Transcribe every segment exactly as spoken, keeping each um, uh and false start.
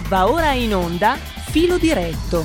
Va ora in onda Filo Diretto.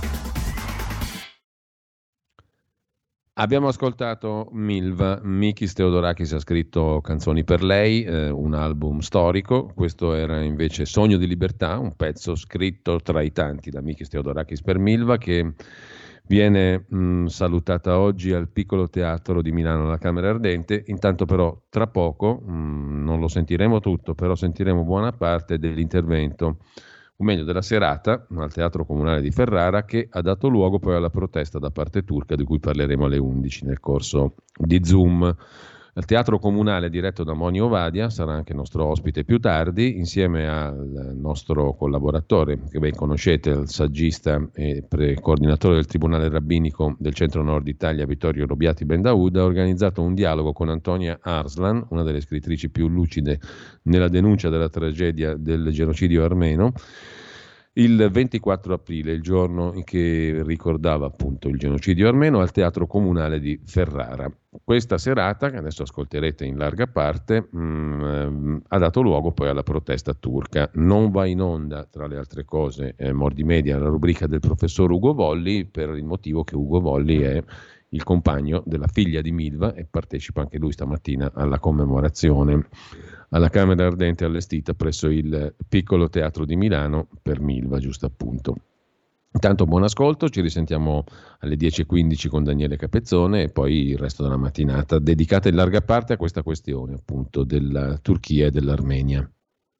Abbiamo ascoltato Milva. Mikis Theodorakis ha scritto Canzoni per lei, eh, un album storico. Questo era invece Sogno di libertà, un pezzo scritto tra i tanti da Mikis Theodorakis per Milva, che viene mh, salutata oggi al Piccolo Teatro di Milano, alla Camera Ardente. Intanto però tra poco, mh, non lo sentiremo tutto, però sentiremo buona parte dell'intervento, o meglio della serata, al Teatro Comunale di Ferrara, che ha dato luogo poi alla protesta da parte turca, di cui parleremo alle undici nel corso di Zoom. Il Teatro Comunale, diretto da Moni Ovadia, sarà anche nostro ospite più tardi, insieme al nostro collaboratore, che ben conoscete, il saggista e pre- coordinatore del Tribunale Rabbinico del Centro Nord Italia, Vittorio Robiati Bendaud, ha organizzato un dialogo con Antonia Arslan, una delle scrittrici più lucide nella denuncia della tragedia del genocidio armeno, il ventiquattro aprile, il giorno in che ricordava appunto il genocidio armeno, al Teatro Comunale di Ferrara. Questa serata, che adesso ascolterete in larga parte, mh, ha dato luogo poi alla protesta turca. Non va in onda, tra le altre cose, eh, Mordi Media, la rubrica del professor Ugo Volli, per il motivo che Ugo Volli è il compagno della figlia di Milva e partecipa anche lui stamattina alla commemorazione alla Camera Ardente allestita presso il Piccolo Teatro di Milano per Milva, giusto appunto. Intanto buon ascolto, ci risentiamo alle dieci e quindici con Daniele Capezzone e poi il resto della mattinata dedicata in larga parte a questa questione appunto della Turchia e dell'Armenia.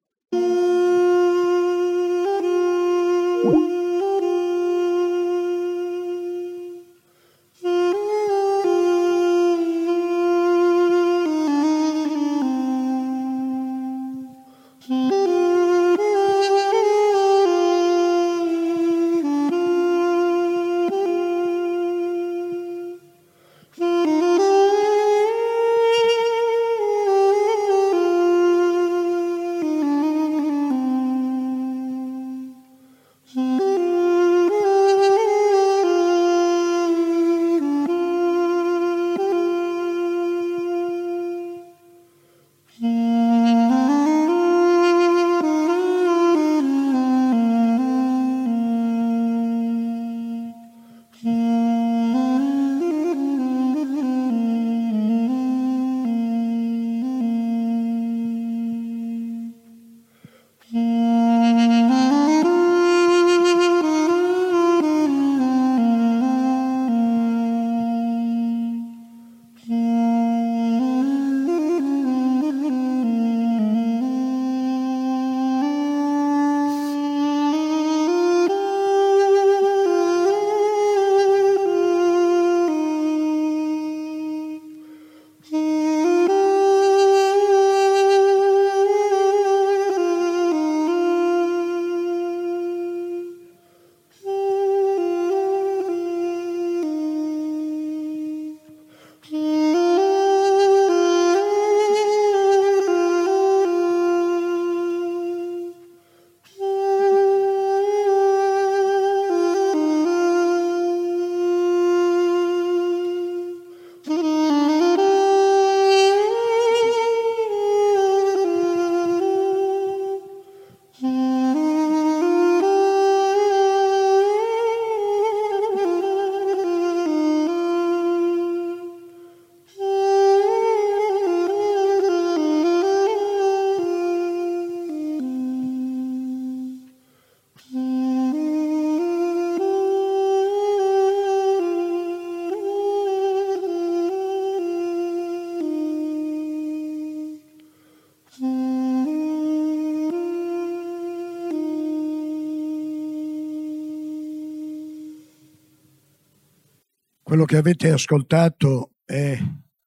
Quello che avete ascoltato è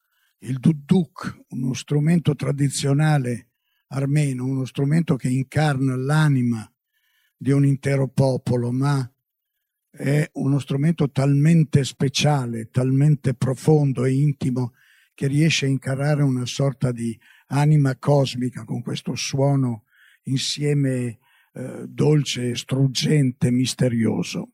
il duduk, uno strumento tradizionale armeno, uno strumento che incarna l'anima di un intero popolo, ma è uno strumento talmente speciale, talmente profondo e intimo che riesce a incarnare una sorta di anima cosmica con questo suono insieme eh, dolce, struggente, misterioso.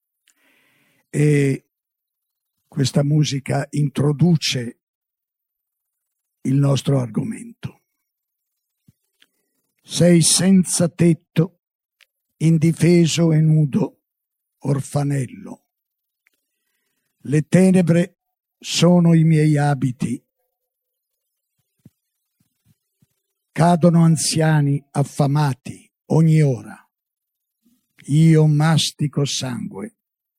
E questa musica introduce il nostro argomento. Sei senza tetto indifeso e nudo, orfanello. Le tenebre sono i miei abiti. Cadono anziani affamati ogni ora. Io mastico sangue.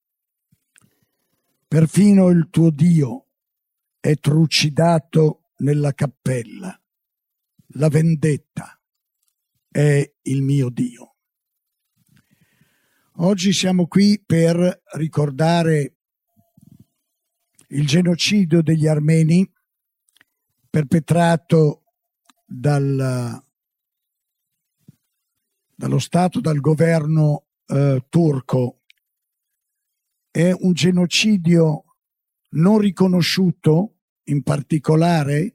Perfino il tuo Dio è trucidato nella cappella. La vendetta è il mio Dio. Oggi siamo qui per ricordare il genocidio degli armeni perpetrato dal, dallo Stato, dal governo eh, turco. È un genocidio non riconosciuto, in particolare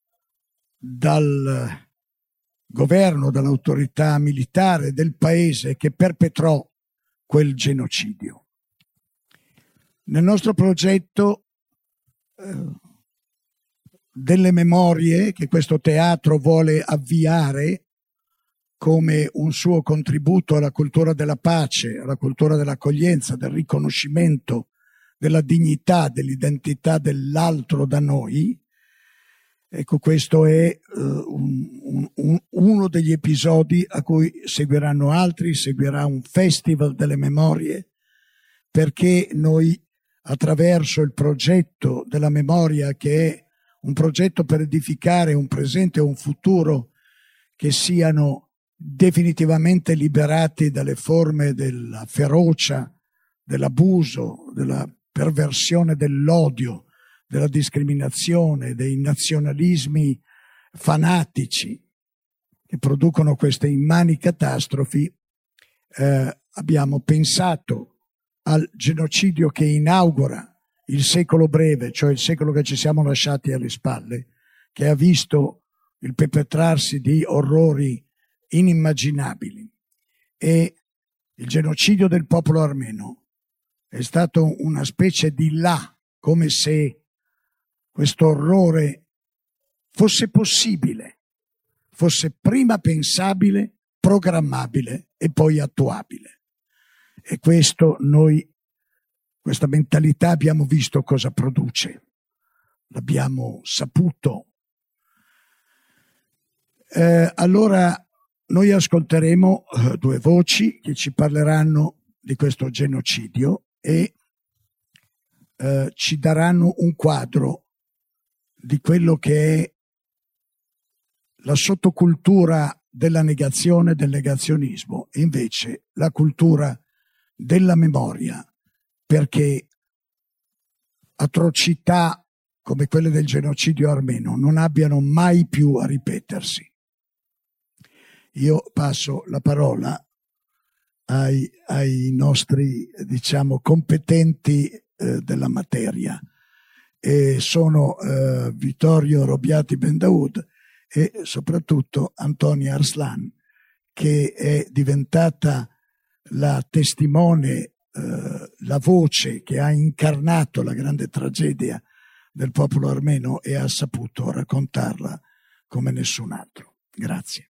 dal governo, dall'autorità militare del paese che perpetrò quel genocidio. Nel nostro progetto eh, delle memorie che questo teatro vuole avviare come un suo contributo alla cultura della pace, alla cultura dell'accoglienza, del riconoscimento della dignità, dell'identità dell'altro da noi. Ecco, questo è uh, un, un, uno degli episodi a cui seguiranno altri, seguirà un festival delle memorie, perché noi attraverso il progetto della memoria, che è un progetto per edificare un presente e un futuro che siano definitivamente liberati dalle forme della ferocia, dell'abuso, della perversione dell'odio, della discriminazione, dei nazionalismi fanatici che producono queste immani catastrofi, eh, abbiamo pensato al genocidio che inaugura il secolo breve, cioè il secolo che ci siamo lasciati alle spalle, che ha visto il perpetrarsi di orrori inimmaginabili. E il genocidio del popolo armeno è stato una specie di là, come se questo orrore fosse possibile, fosse prima pensabile, programmabile e poi attuabile. E questo noi, questa mentalità abbiamo visto cosa produce, l'abbiamo saputo. Eh, allora noi ascolteremo eh, due voci che ci parleranno di questo genocidio e eh, ci daranno un quadro di quello che è la sottocultura della negazione, del negazionismo, e invece la cultura della memoria, perché atrocità come quelle del genocidio armeno non abbiano mai più a ripetersi. Io passo la parola ai, ai nostri, diciamo, competenti eh, della materia. E sono eh, Vittorio Robiati Bendaud e soprattutto Antonia Arslan, che è diventata la testimone, eh, la voce che ha incarnato la grande tragedia del popolo armeno e ha saputo raccontarla come nessun altro. Grazie.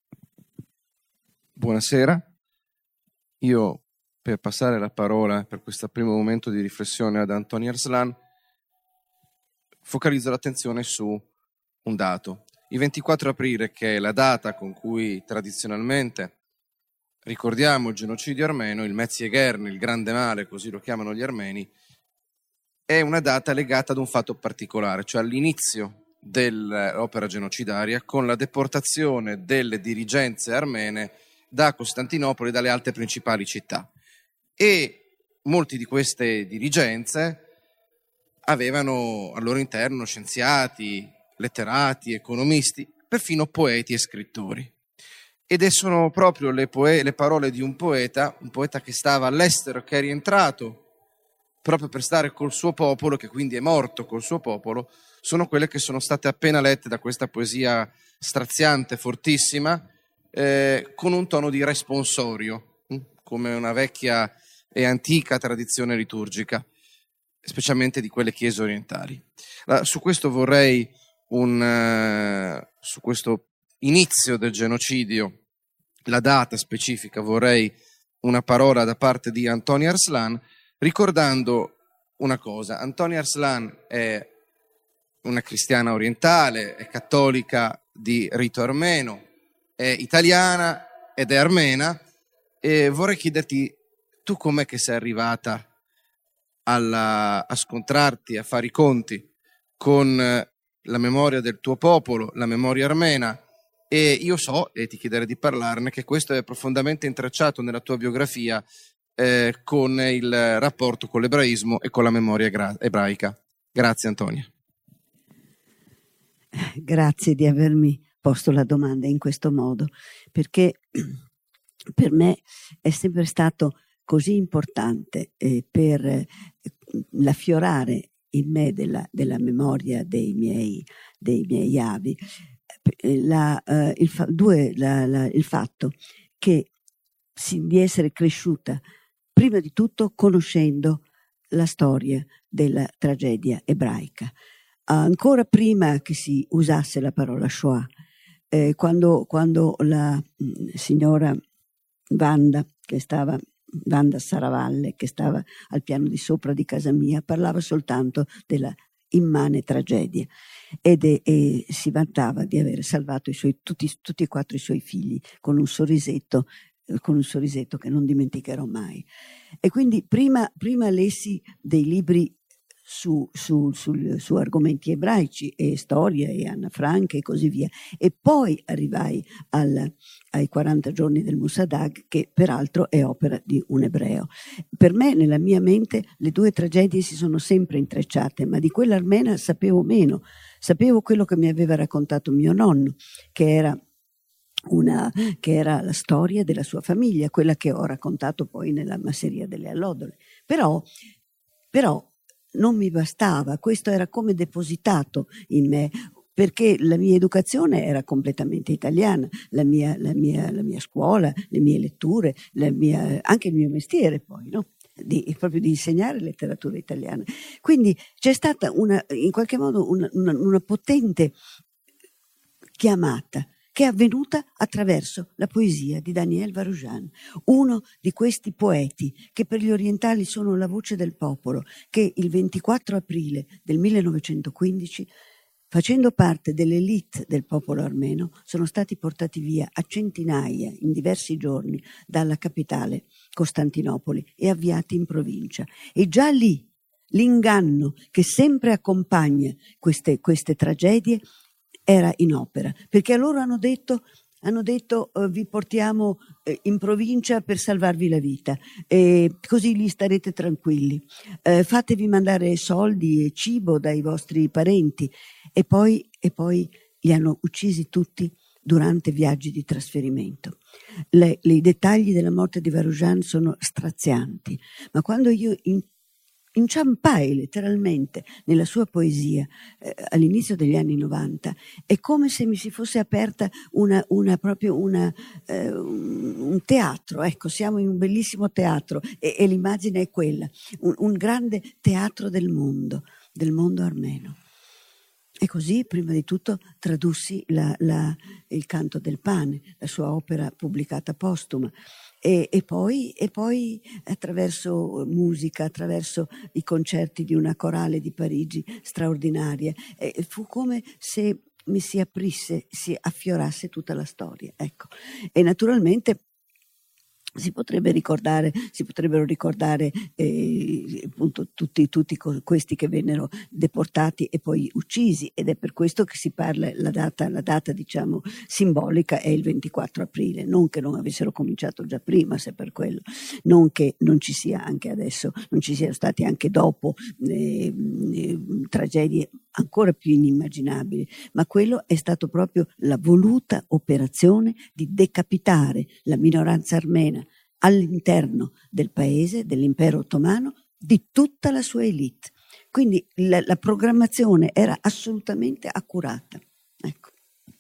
Buonasera. Io, per passare la parola per questo primo momento di riflessione ad Antonia Arslan, focalizzo l'attenzione su un dato. Il ventiquattro aprile, che è la data con cui tradizionalmente ricordiamo il genocidio armeno, il Metz Yeghern, il grande male, così lo chiamano gli armeni, è una data legata ad un fatto particolare, cioè all'inizio dell'opera genocidaria con la deportazione delle dirigenze armene da Costantinopoli e dalle altre principali città. E molti di queste dirigenze avevano al loro interno scienziati, letterati, economisti, perfino poeti e scrittori. Ed sono proprio le, poe- le parole di un poeta, un poeta che stava all'estero, che è rientrato proprio per stare col suo popolo, che quindi è morto col suo popolo, sono quelle che sono state appena lette da questa poesia straziante, fortissima, eh, con un tono di responsorio, hm? come una vecchia e antica tradizione liturgica, specialmente di quelle chiese orientali. Allora, su questo vorrei un uh, su questo inizio del genocidio, la data specifica, vorrei una parola da parte di Antonia Arslan, ricordando una cosa. Antonia Arslan è una cristiana orientale, è cattolica di rito armeno, è italiana ed è armena, e vorrei chiederti, tu com'è che sei arrivata alla, a scontrarti, a fare i conti con la memoria del tuo popolo, la memoria armena? E io so, e ti chiederei di parlarne, che questo è profondamente intrecciato nella tua biografia eh, con il rapporto con l'ebraismo e con la memoria gra- ebraica. Grazie Antonia. Grazie di avermi posto la domanda in questo modo, perché per me è sempre stato così importante eh, per eh, l'affiorare in me della, della memoria dei miei, dei miei avi, la, uh, il, fa- due, la, la, il fatto che si, di essere cresciuta prima di tutto conoscendo la storia della tragedia ebraica. Ancora prima che si usasse la parola Shoah, eh, quando, quando la mh, signora Wanda, che stava, Wanda Saravalle, che stava al piano di sopra di casa mia, parlava soltanto della immane tragedia ed è, e si vantava di aver salvato i suoi, tutti, tutti e quattro i suoi figli con un sorrisetto, eh, con un sorrisetto che non dimenticherò mai. E quindi prima, prima lessi dei libri Su, su, su, su argomenti ebraici e storia e Anna Frank e così via, e poi arrivai al, ai quaranta giorni del Musadag, che peraltro è opera di un ebreo. Per me, nella mia mente, le due tragedie si sono sempre intrecciate, ma di quella armena sapevo meno. Sapevo quello che mi aveva raccontato mio nonno, che era Una, che era la storia della sua famiglia, quella che ho raccontato poi nella masseria delle allodole. Però, però non mi bastava, questo era come depositato in me, perché la mia educazione era completamente italiana, la mia, la mia, la mia scuola, le mie letture, la mia, anche il mio mestiere poi, no? Di, proprio di insegnare letteratura italiana. Quindi c'è stata una, in qualche modo una, una, una potente chiamata che è avvenuta attraverso la poesia di Daniel Varoujan, uno di questi poeti che per gli orientali sono la voce del popolo, che il ventiquattro aprile del millenovecentoquindici, facendo parte dell'elite del popolo armeno, sono stati portati via a centinaia in diversi giorni dalla capitale Costantinopoli e avviati in provincia. E già lì l'inganno che sempre accompagna queste, queste tragedie era in opera, perché a loro hanno detto, hanno detto uh, vi portiamo uh, in provincia per salvarvi la vita, e così lì starete tranquilli, uh, fatevi mandare soldi e cibo dai vostri parenti, e poi, e poi li hanno uccisi tutti durante viaggi di trasferimento. Le, le, I dettagli della morte di Varoujan sono strazianti, ma quando io in, inciampai letteralmente nella sua poesia eh, all'inizio degli anni novanta, è come se mi si fosse aperta una, una proprio una, eh, un teatro, ecco, siamo in un bellissimo teatro e, e l'immagine è quella, un, un grande teatro del mondo, del mondo armeno. E così, prima di tutto, tradussi la, la, il Canto del Pane, la sua opera pubblicata postuma, e, e, poi, e poi attraverso musica, attraverso i concerti di una corale di Parigi straordinaria, e fu come se mi si aprisse, si affiorasse tutta la storia. Ecco. E naturalmente si potrebbe ricordare, si potrebbero ricordare eh, appunto tutti, tutti questi che vennero deportati e poi uccisi, ed è per questo che si parla, la data, la data diciamo simbolica è il ventiquattro aprile, non che non avessero cominciato già prima, se per quello, non che non ci sia anche adesso, non ci siano stati anche dopo eh, eh, tragedie ancora più inimmaginabili, ma quello è stato proprio la voluta operazione di decapitare la minoranza armena all'interno del paese, dell'impero ottomano, di tutta la sua elite. Quindi la, la programmazione era assolutamente accurata. Ecco.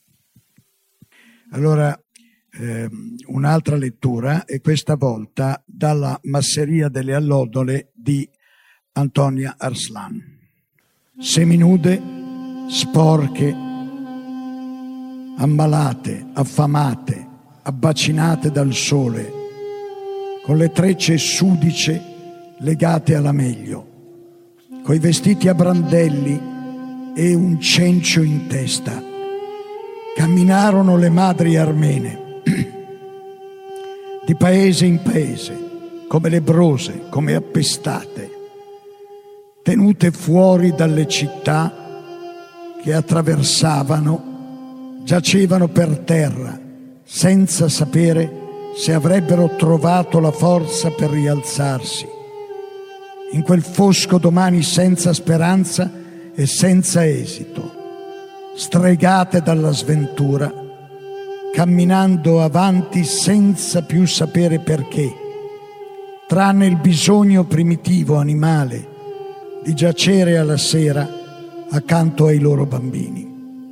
Allora, ehm, un'altra lettura, e questa volta dalla Masseria delle Allodole di Antonia Arslan. Seminude, sporche, ammalate, affamate, abbacinate dal sole, con le trecce sudice legate alla meglio, coi vestiti a brandelli e un cencio in testa. Camminarono le madri armene, di paese in paese, come lebrose, come appestate, tenute fuori dalle città che attraversavano, giacevano per terra, senza sapere se avrebbero trovato la forza per rialzarsi. In quel fosco domani senza speranza e senza esito, stregate dalla sventura, camminando avanti senza più sapere perché, tranne il bisogno primitivo animale di giacere alla sera accanto ai loro bambini.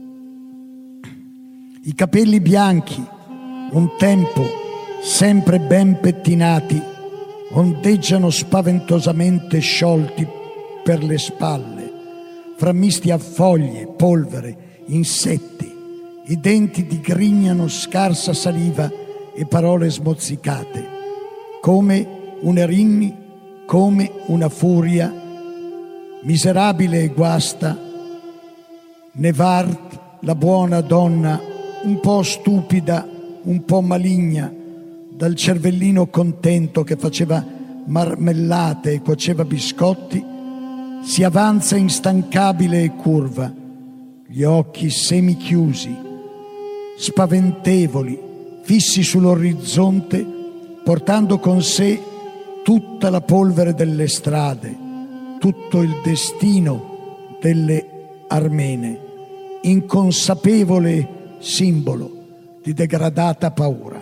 I capelli bianchi, un tempo sempre ben pettinati, ondeggiano spaventosamente sciolti per le spalle, frammisti a foglie, polvere, insetti. I denti digrignano scarsa saliva e parole smozzicate, come un erinni, come una furia, miserabile e guasta. Nevard, la buona donna, un po' stupida, un po' maligna, dal cervellino contento che faceva marmellate e cuoceva biscotti, si avanza instancabile e curva, gli occhi semichiusi, spaventevoli, fissi sull'orizzonte, portando con sé tutta la polvere delle strade, tutto il destino delle armene, inconsapevole simbolo di degradata paura.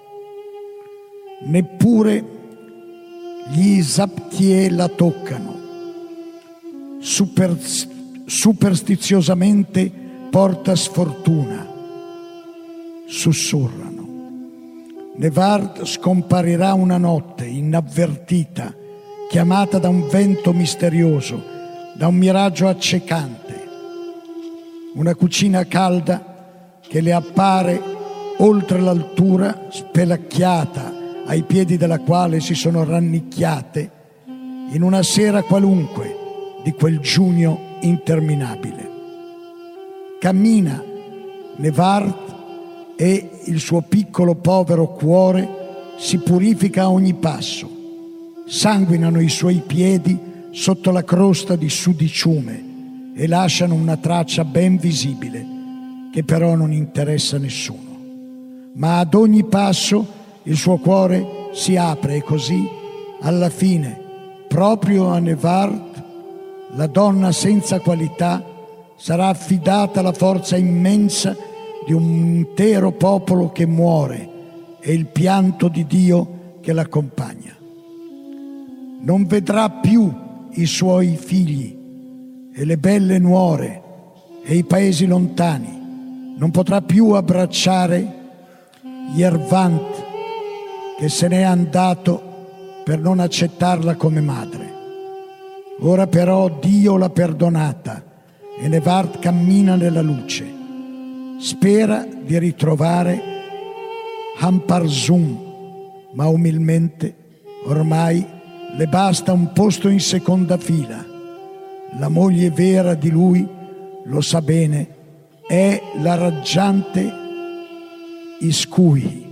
Neppure gli Zaptier la toccano. Super, superstiziosamente porta sfortuna. Sussurrano. Nevard scomparirà una notte inavvertita, chiamata da un vento misterioso, da un miraggio accecante. Una cucina calda che le appare oltre l'altura, spelacchiata, ai piedi della quale si sono rannicchiate, in una sera qualunque di quel giugno interminabile. Cammina Nevard e il suo piccolo povero cuore si purifica a ogni passo. Sanguinano i suoi piedi sotto la crosta di sudiciume e lasciano una traccia ben visibile che però non interessa a nessuno. Ma ad ogni passo il suo cuore si apre e così, alla fine, proprio a Nevard, la donna senza qualità sarà affidata alla forza immensa di un intero popolo che muore e il pianto di Dio che l'accompagna. Non vedrà più i suoi figli e le belle nuore e i paesi lontani, non potrà più abbracciare Yervant che se n'è andato per non accettarla come madre. Ora però Dio l'ha perdonata e Nevard cammina nella luce. Spera di ritrovare Hamparzum, ma umilmente ormai le basta un posto in seconda fila. La moglie vera di lui, lo sa bene, è la raggiante Iscui.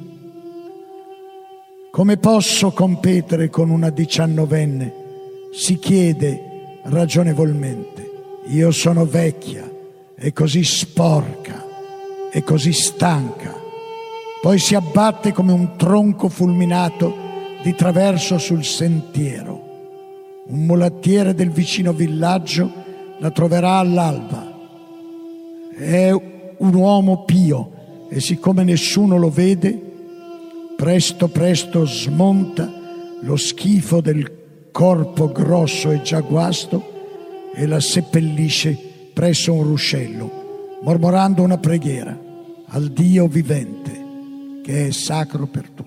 Come posso competere con una diciannovenne? Si chiede ragionevolmente. Io sono vecchia e così sporca e così stanca. Poi si abbatte come un tronco fulminato di traverso sul sentiero. Un mulattiere del vicino villaggio la troverà all'alba. È un uomo pio e siccome nessuno lo vede, presto presto smonta lo schifo del corpo grosso e già guasto e la seppellisce presso un ruscello, mormorando una preghiera al Dio vivente che è sacro per tutti.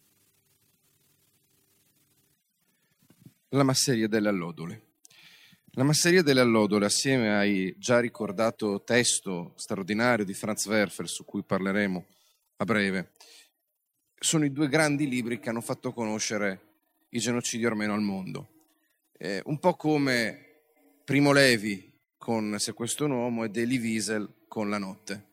La masseria delle allodole. La masseria delle allodole, assieme ai già ricordato testo straordinario di Franz Werfel, su cui parleremo a breve, sono i due grandi libri che hanno fatto conoscere il genocidio armeno al mondo. Eh, un po' come Primo Levi con Se questo è un uomo ed Elie Wiesel con La notte.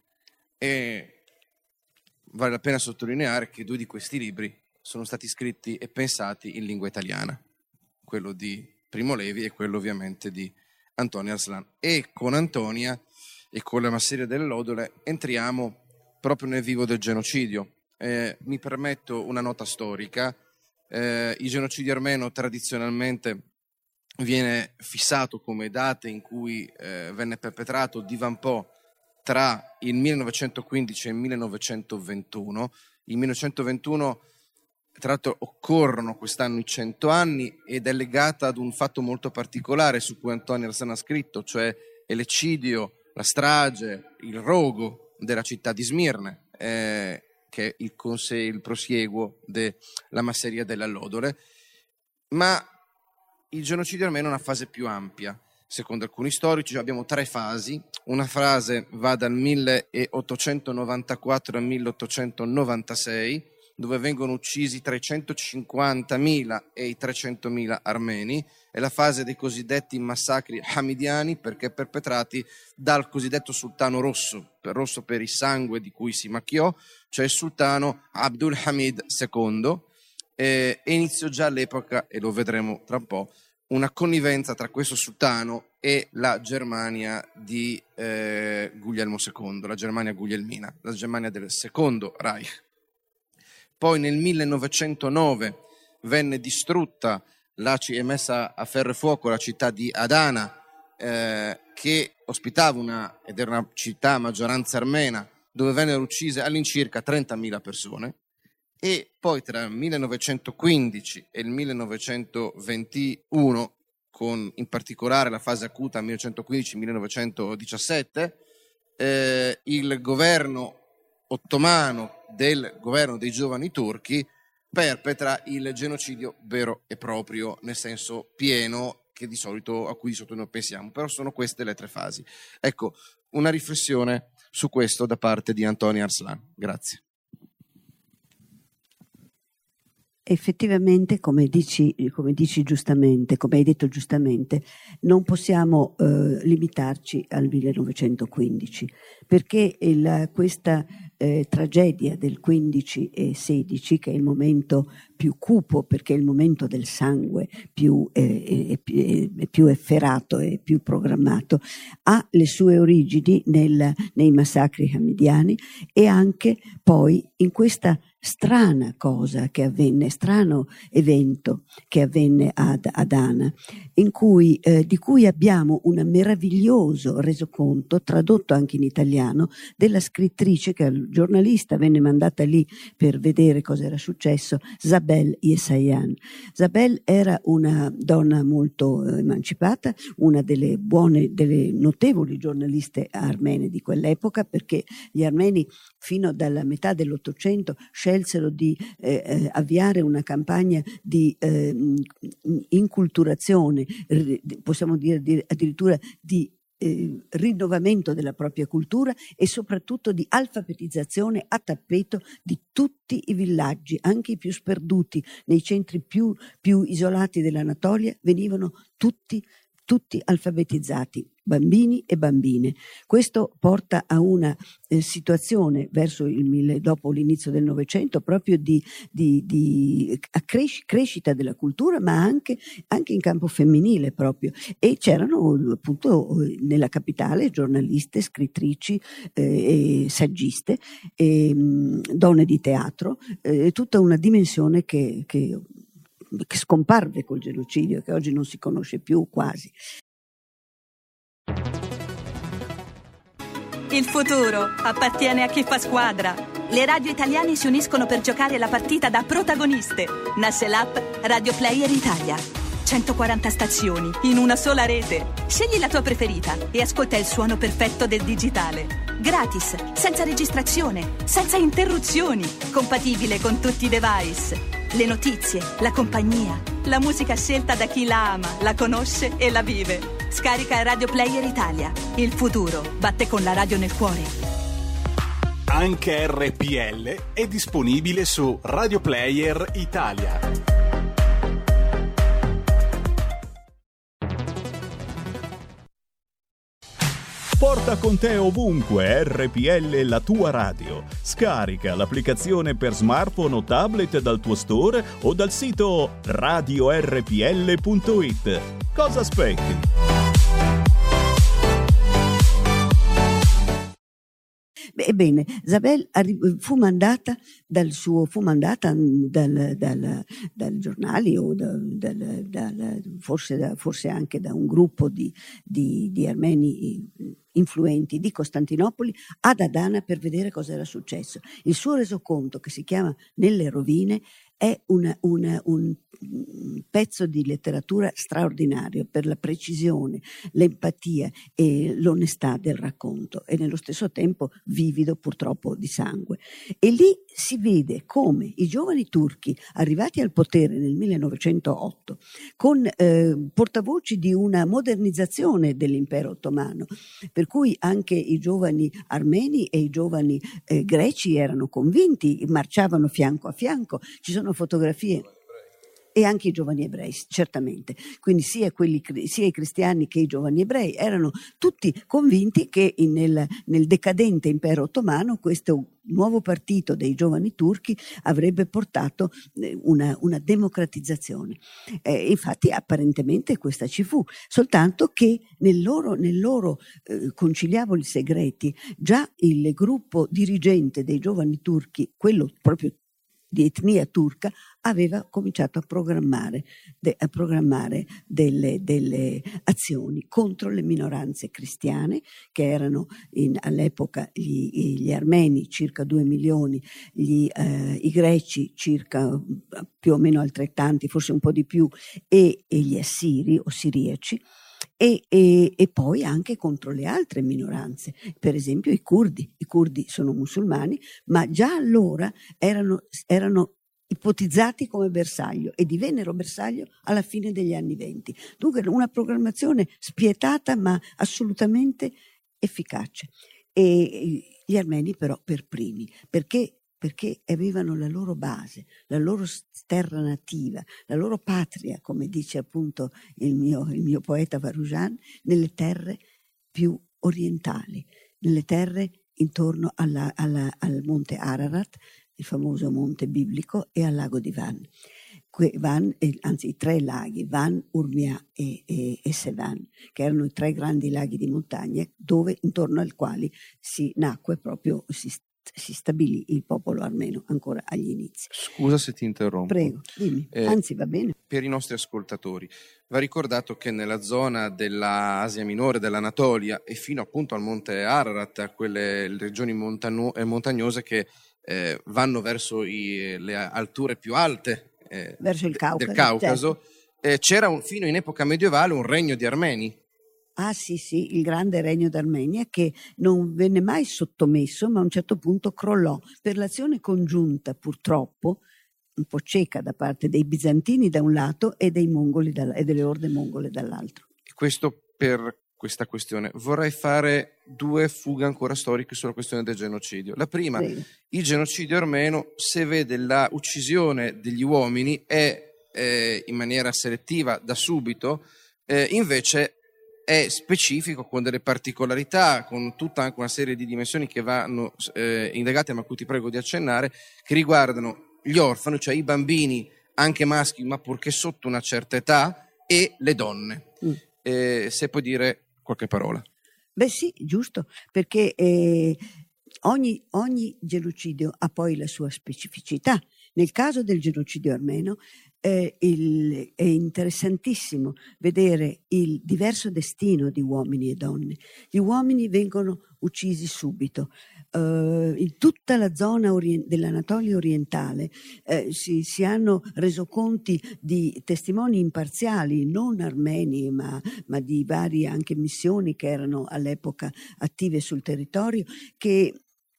E vale la pena sottolineare che due di questi libri sono stati scritti e pensati in lingua italiana, quello di Primo Levi e quello ovviamente di Antonia Arslan. E con Antonia e con la masseria delle allodole entriamo proprio nel vivo del genocidio. Eh, mi permetto una nota storica. Eh, il genocidio armeno tradizionalmente viene fissato come date in cui eh, venne perpetrato divampò tra il millenovecentoquindici e il millenovecentoventuno. Il millenovecentoventuno, tra l'altro, occorrono quest'anno i cento anni ed è legata ad un fatto molto particolare su cui Antonia Arslan ha scritto, cioè l'eccidio, la strage, il rogo della città di Smirne, eh, che è il, conse- il prosieguo della masseria delle allodole. Ma il genocidio armeno è una fase più ampia. Secondo alcuni storici abbiamo tre fasi. Una fase va dal milleottocentonovantaquattro al milleottocentonovantasei, dove vengono uccisi tra i centocinquantamila e i trecentomila armeni. È la fase dei cosiddetti massacri hamidiani, perché perpetrati dal cosiddetto sultano rosso, per rosso per il sangue di cui si macchiò, cioè il sultano Abdul Hamid secondo, eh, e iniziò già all'epoca, e lo vedremo tra un po', una connivenza tra questo sultano e la Germania di eh, Guglielmo secondo, la Germania guglielmina, la Germania del secondo Reich. Poi nel millenovecentonove venne distrutta la, e messa a ferro e fuoco la città di Adana, eh, che ospitava una, ed era una città a maggioranza armena, dove vennero uccise all'incirca trentamila persone. E poi tra il millenovecentoquindici e il millenovecentoventuno, con in particolare la fase acuta millenovecentoquindici millenovecentodiciassette, eh, il governo ottomano del governo dei giovani turchi perpetra il genocidio vero e proprio, nel senso pieno, che di solito, a cui di solito noi pensiamo, però sono queste le tre fasi. Ecco, una riflessione su questo da parte di Antonia Arslan. Grazie. Effettivamente, come dici, come dici giustamente, come hai detto giustamente, non possiamo eh, limitarci al millenovecentoquindici, perché il, questa eh, tragedia del quindici e sedici, che è il momento più cupo, perché è il momento del sangue più, eh, eh, eh, più efferato e più programmato, ha le sue origini nel, nei massacri hamidiani e anche poi in questa strana cosa che avvenne, strano evento che avvenne ad Adana, in cui, eh, di cui abbiamo un meraviglioso resoconto, tradotto anche in italiano, della scrittrice, che al giornalista venne mandata lì per vedere cosa era successo, Zabel Yesayan. Zabel era una donna molto eh, emancipata, una delle buone, delle notevoli giornaliste armene di quell'epoca, perché gli armeni fino dalla metà dell'Ottocento scelsero di eh, eh, avviare una campagna di eh, inculturazione, possiamo dire, dire addirittura di eh, rinnovamento della propria cultura e soprattutto di alfabetizzazione a tappeto di tutti i villaggi, anche i più sperduti, nei centri più, più isolati dell'Anatolia, venivano tutti tutti alfabetizzati, bambini e bambine. Questo porta a una eh, situazione verso il dopo l'inizio del Novecento proprio di, di, di a cres- crescita della cultura, ma anche, anche in campo femminile proprio. E c'erano appunto nella capitale giornaliste, scrittrici, eh, e saggiste, e, mh, donne di teatro, eh, tutta una dimensione che, che che scomparve col genocidio, che oggi non si conosce più quasi. Il futuro appartiene a chi fa squadra. Le radio italiane si uniscono per giocare la partita da protagoniste. Nasce l'app Radio Player Italia. centoquaranta stazioni in una sola rete. Scegli la tua preferita e ascolta il suono perfetto del digitale. Gratis, senza registrazione, senza interruzioni, compatibile con tutti i device. Le notizie, la compagnia, la musica scelta da chi la ama, la conosce e la vive. Scarica Radio Player Italia. Il futuro batte con la radio nel cuore. Anche R P L è disponibile su Radio Player Italia. Porta con te ovunque R P L, la tua radio. Scarica l'applicazione per smartphone o tablet dal tuo store o dal sito radio r p l punto i t. Cosa aspetti? Ebbene, Zabel fu mandata dal suo, fu mandata dal, dal, dal giornali o dal, dal, dal, forse, da, forse anche da un gruppo di, di, di armeni influenti di Costantinopoli ad Adana per vedere cosa era successo. Il suo resoconto, che si chiama Nelle rovine, è una, una, un pezzo di letteratura straordinario per la precisione, l'empatia e l'onestà del racconto, e nello stesso tempo vivido purtroppo di sangue. E lì si vede come i giovani turchi arrivati al potere nel millenovecentootto con eh, portavoci di una modernizzazione dell'impero ottomano, per cui anche i giovani armeni e i giovani eh, greci erano convinti, marciavano fianco a fianco. Ci sono fotografie, e anche i giovani ebrei, certamente. Quindi sia, quelli, sia i cristiani che i giovani ebrei erano tutti convinti che nel, nel decadente impero ottomano questo nuovo partito dei giovani turchi avrebbe portato una, una democratizzazione. Eh, infatti apparentemente questa ci fu, soltanto che nel loro, nel loro eh, conciliaboli segreti già il gruppo dirigente dei giovani turchi, quello proprio di etnia turca, aveva cominciato a programmare, de, a programmare delle, delle azioni contro le minoranze cristiane, che erano in, all'epoca gli, gli armeni, circa due milioni, gli, eh, i greci circa più o meno altrettanti, forse un po' di più, e, e gli assiri o siriaci. E, e, e poi anche contro le altre minoranze, per esempio i curdi. I curdi sono musulmani, ma già allora erano, erano ipotizzati come bersaglio e divennero bersaglio alla fine degli anni venti. Dunque una programmazione spietata ma assolutamente efficace. E gli armeni però per primi, perché perché avevano la loro base, la loro terra nativa, la loro patria, come dice appunto il mio, il mio poeta Varujan, nelle terre più orientali, nelle terre intorno alla, alla, al monte Ararat, il famoso monte biblico, e al lago di Van. Que, Van eh, anzi i tre laghi, Van, Urmia e, e, e Sevan, che erano i tre grandi laghi di montagna dove, intorno ai quali si nacque proprio, si si stabilì il popolo armeno ancora agli inizi. Scusa se ti interrompo. Prego, dimmi. Eh, Anzi, va bene. Per i nostri ascoltatori, va ricordato che nella zona dell'Asia Minore, dell'Anatolia, e fino appunto al monte Ararat, a quelle regioni montano- montagnose che eh, vanno verso i, le alture più alte eh, verso il Caucaso, del Caucaso, certo. eh, c'era un, fino in epoca medievale un regno di armeni. Ah sì sì, il grande regno d'Armenia, che non venne mai sottomesso, ma a un certo punto crollò per l'azione congiunta, purtroppo, un po' cieca da parte dei bizantini da un lato e dei mongoli da, e delle orde mongole dall'altro. Questo per questa questione. Vorrei fare due fughe ancora storiche sulla questione del genocidio. La prima, Prego. Il genocidio armeno, se vede la uccisione degli uomini, è eh, in maniera selettiva da subito, eh, invece è specifico, con delle particolarità, con tutta anche una serie di dimensioni che vanno eh, indagate, ma a cui ti prego di accennare, che riguardano gli orfani, cioè i bambini, anche maschi, ma purché sotto una certa età, e le donne. Mm. Eh, se puoi dire qualche parola. Beh sì, giusto, perché eh, ogni, ogni genocidio ha poi la sua specificità. Nel caso del genocidio armeno eh, il, è interessantissimo vedere il diverso destino di uomini e donne. Gli uomini vengono uccisi subito. Uh, in tutta la zona orient- dell'Anatolia orientale eh, si, si hanno reso conti di testimoni imparziali, non armeni, ma, ma di varie anche missioni che erano all'epoca attive sul territorio, che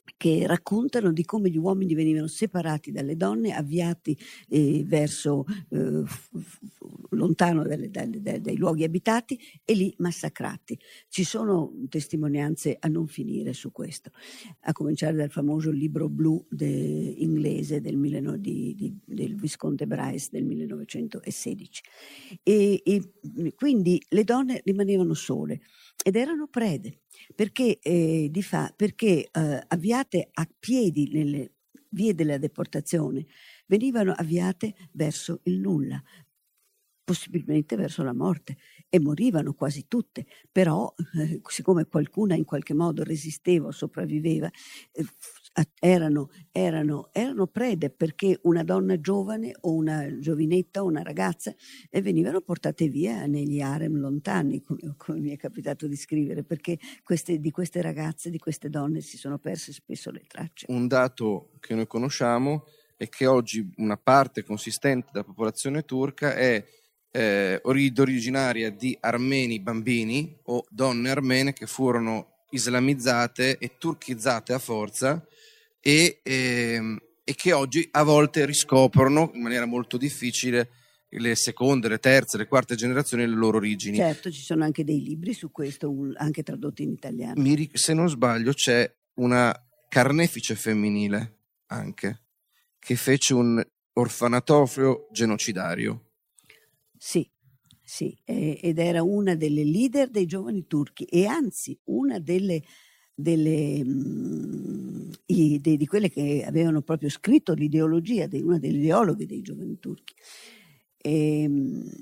che raccontano di come gli uomini venivano separati dalle donne, avviati eh, verso eh, f- f- lontano dalle, dalle, dai, dai luoghi abitati e lì massacrati. Ci sono testimonianze a non finire su questo, a cominciare dal famoso libro blu de, inglese del, milleno, di, di, del Visconte Bryce del millenovecentosedici. E, e quindi le donne rimanevano sole ed erano prede, perché, eh, di fa, perché eh, avviate a piedi nelle vie della deportazione venivano avviate verso il nulla, possibilmente verso la morte, e morivano quasi tutte, però eh, siccome qualcuna in qualche modo resisteva o sopravviveva, eh, erano, erano, erano prede, perché una donna giovane o una giovinetta o una ragazza eh, venivano portate via negli harem lontani, come, come mi è capitato di scrivere, perché queste, di queste ragazze, di queste donne si sono perse spesso le tracce. Un dato che noi conosciamo è che oggi una parte consistente della popolazione turca è eh, originaria di armeni bambini o donne armene che furono islamizzate e turchizzate a forza e, e, e che oggi a volte riscoprono in maniera molto difficile le seconde, le terze, le quarte generazioni le loro origini. Certo, ci sono anche dei libri su questo, anche tradotti in italiano. Mi, se non sbaglio c'è una carnefice femminile anche, che fece un orfanatorio genocidario. Sì, sì, eh, ed era una delle leader dei giovani turchi e anzi una delle, delle mh, i, de, di quelle che avevano proprio scritto l'ideologia, di una delle ideologhe dei giovani turchi. E, mh,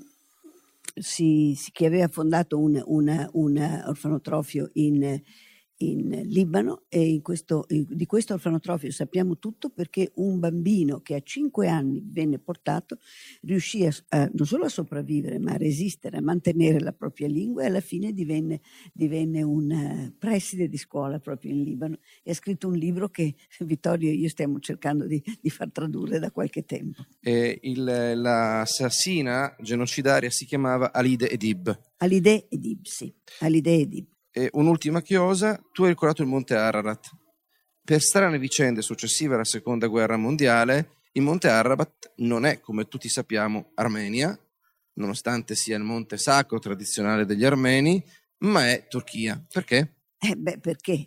si, si, che aveva fondato un una, una orfanotrofio in in Libano, e in questo, in, di questo orfanotrofio sappiamo tutto perché un bambino che a cinque anni venne portato riuscì a, a, non solo a sopravvivere ma a resistere, a mantenere la propria lingua, e alla fine divenne, divenne un uh, preside di scuola proprio in Libano e ha scritto un libro che Vittorio e io stiamo cercando di, di far tradurre da qualche tempo. E il, l'assassina genocidaria si chiamava Alide Edib. Alide Edib, sì, Alide Edib. E un'ultima chiosa, tu hai ricordato il Monte Ararat. Per strane vicende successive alla seconda guerra mondiale, il Monte Ararat non è, come tutti sappiamo, Armenia, nonostante sia il monte sacro tradizionale degli armeni, ma è Turchia. Perché? Eh beh, perché?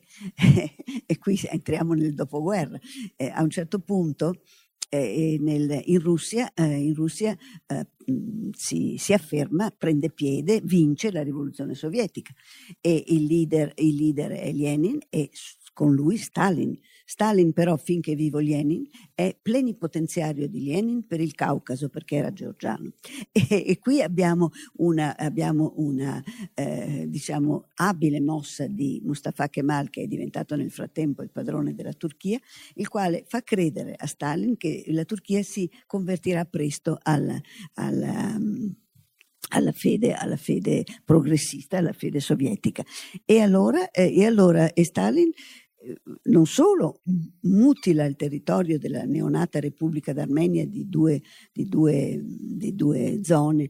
E qui entriamo nel dopoguerra. Eh, a un certo punto eh, nel, in Russia, eh, in Russia eh, si, si afferma, prende piede, vince la rivoluzione sovietica e il leader, il leader è Lenin e con lui Stalin. Stalin però, finché è vivo Lenin, è plenipotenziario di Lenin per il Caucaso, perché era georgiano. E, e qui abbiamo una, abbiamo una eh, diciamo, abile mossa di Mustafa Kemal, che è diventato nel frattempo il padrone della Turchia, il quale fa credere a Stalin che la Turchia si convertirà presto alla, alla alla fede, alla fede progressista, alla fede sovietica. E allora, eh, e allora e Stalin eh, non solo mutila il territorio della neonata Repubblica d'Armenia di due, di due, di due zone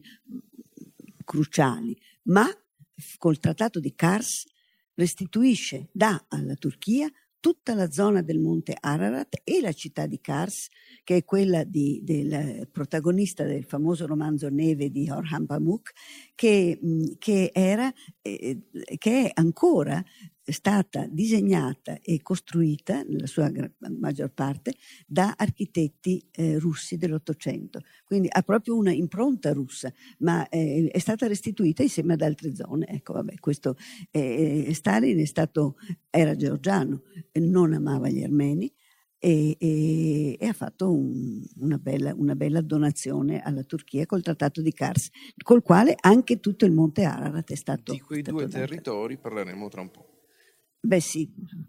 cruciali, ma col trattato di Kars restituisce, dà alla Turchia tutta la zona del monte Ararat e la città di Kars, che è quella di, del protagonista del famoso romanzo Neve di Orhan Pamuk, che, che, era, eh, che è ancora stata disegnata e costruita, nella sua maggior parte, da architetti eh, russi dell'Ottocento. Quindi ha proprio una impronta russa, ma eh, è stata restituita insieme ad altre zone. Ecco, vabbè, questo eh, Stalin è stato, era georgiano, non amava gli armeni e, e, e ha fatto un, una, bella, una bella donazione alla Turchia col trattato di Kars, col quale anche tutto il monte Ararat è stato. Di quei stato due dato. territori parleremo tra un po'. Beh sì.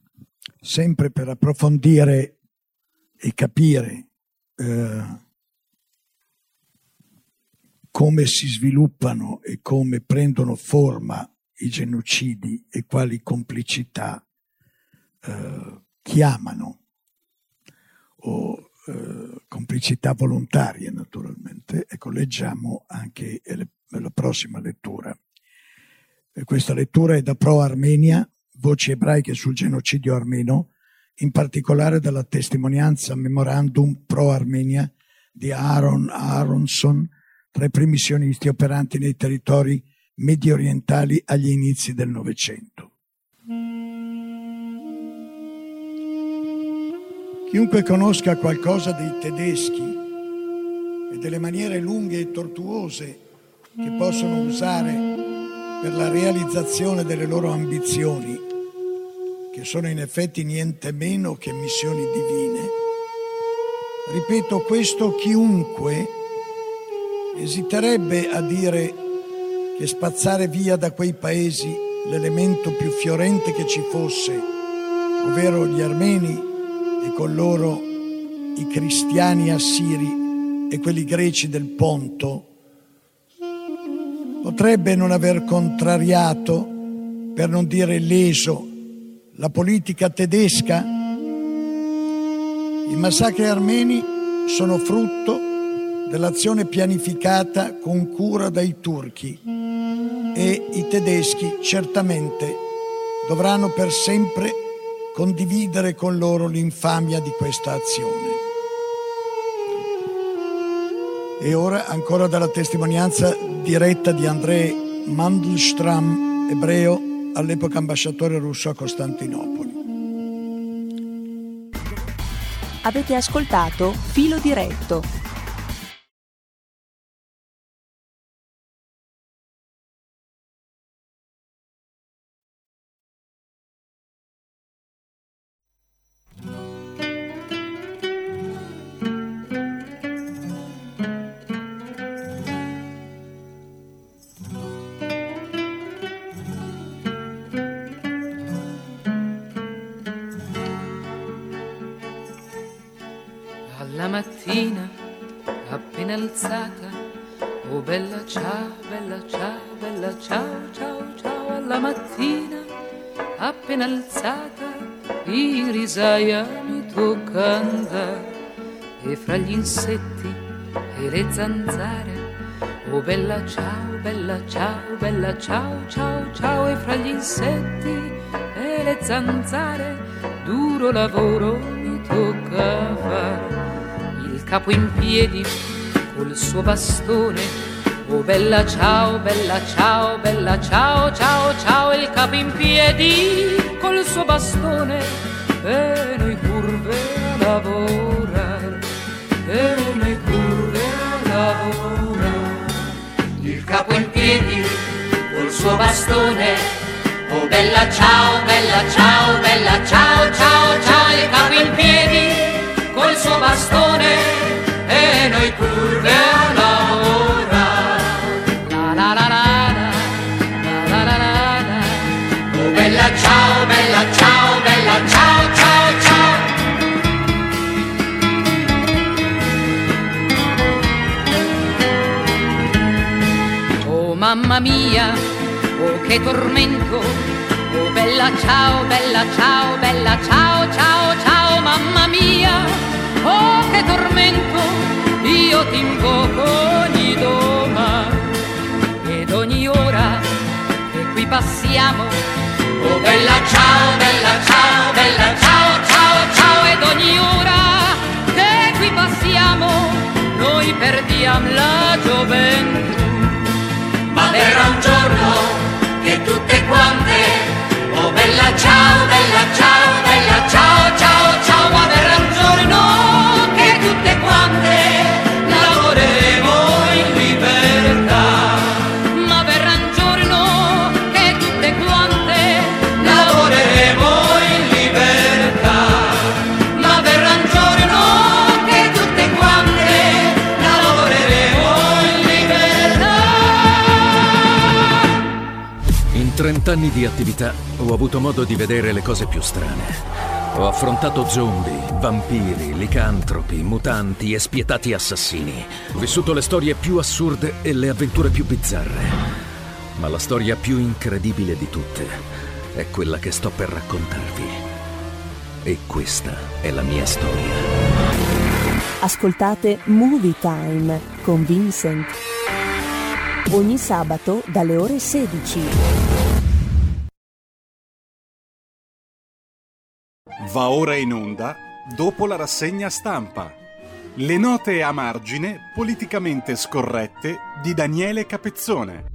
Sempre per approfondire e capire eh, come si sviluppano e come prendono forma i genocidi e quali complicità eh, chiamano, o eh, complicità volontarie naturalmente. Ecco, leggiamo anche la prossima lettura. E questa lettura è da Pro Armenia, voci ebraiche sul genocidio armeno, in particolare dalla testimonianza Memorandum Pro Armenia di Aaron Aronson, tra i primi sionisti operanti nei territori medio orientali agli inizi del Novecento. Chiunque conosca qualcosa dei tedeschi e delle maniere lunghe e tortuose che possono usare per la realizzazione delle loro ambizioni, che sono in effetti niente meno che missioni divine, ripeto questo, chiunque esiterebbe a dire che spazzare via da quei paesi l'elemento più fiorente che ci fosse, ovvero gli armeni e con loro i cristiani assiri e quelli greci del Ponto, potrebbe non aver contrariato, per non dire leso, la politica tedesca. I massacri armeni sono frutto dell'azione pianificata con cura dai turchi e i tedeschi certamente dovranno per sempre condividere con loro l'infamia di questa azione. E ora ancora dalla testimonianza diretta di Andrei Mandelstam, ebreo, all'epoca ambasciatore russo a Costantinopoli. Avete ascoltato Filo Diretto. La mattina appena alzata, oh bella ciao, bella ciao, bella ciao, ciao, ciao. Alla mattina appena alzata, in risaia mi tocca andare, e fra gli insetti e le zanzare, oh bella ciao, bella ciao, bella ciao, ciao, ciao. E fra gli insetti e le zanzare, duro lavoro mi tocca fare. Capo in piedi col suo bastone, oh bella ciao, bella ciao, bella ciao, ciao, ciao. Il capo in piedi col suo bastone, e noi curve a lavorare, e noi curve a lavorare. Il capo in piedi col suo bastone, oh bella ciao, bella ciao, bella ciao, ciao, ciao. Il capo in piedi col suo bastone, e noi curve a lavorare. La la la la la, la la la la. Oh bella ciao, bella ciao, bella ciao, ciao, ciao. Oh mamma mia, oh che tormento, oh bella ciao, bella ciao, bella ciao, ciao, ciao. Mamma mia, oh che tormento, io ti invoco ogni domani ed ogni ora che qui passiamo. Oh bella ciao, bella ciao, bella ciao, ciao, ciao. Ed ogni ora che qui passiamo, noi perdiamo la gioventù. Ma verrà un giorno che tutte quante, oh bella ciao, bella ciao, bella ciao, ciao, ciao. Ma verrà un giorno che tutte quante lavoreremo in libertà. Ma verrà un giorno che tutte quante lavoreremo in libertà. Ma verrà un giorno che tutte quante lavoreremo in libertà. In trent'anni di attività ho avuto modo di vedere le cose più strane. Ho affrontato zombie, vampiri, licantropi, mutanti e spietati assassini. Ho vissuto le storie più assurde e le avventure più bizzarre. Ma la storia più incredibile di tutte è quella che sto per raccontarvi. E questa è la mia storia. Ascoltate Movie Time con Vincent. Ogni sabato dalle ore sedici. Va ora in onda, dopo la rassegna stampa. Le note a margine politicamente scorrette di Daniele Capezzone.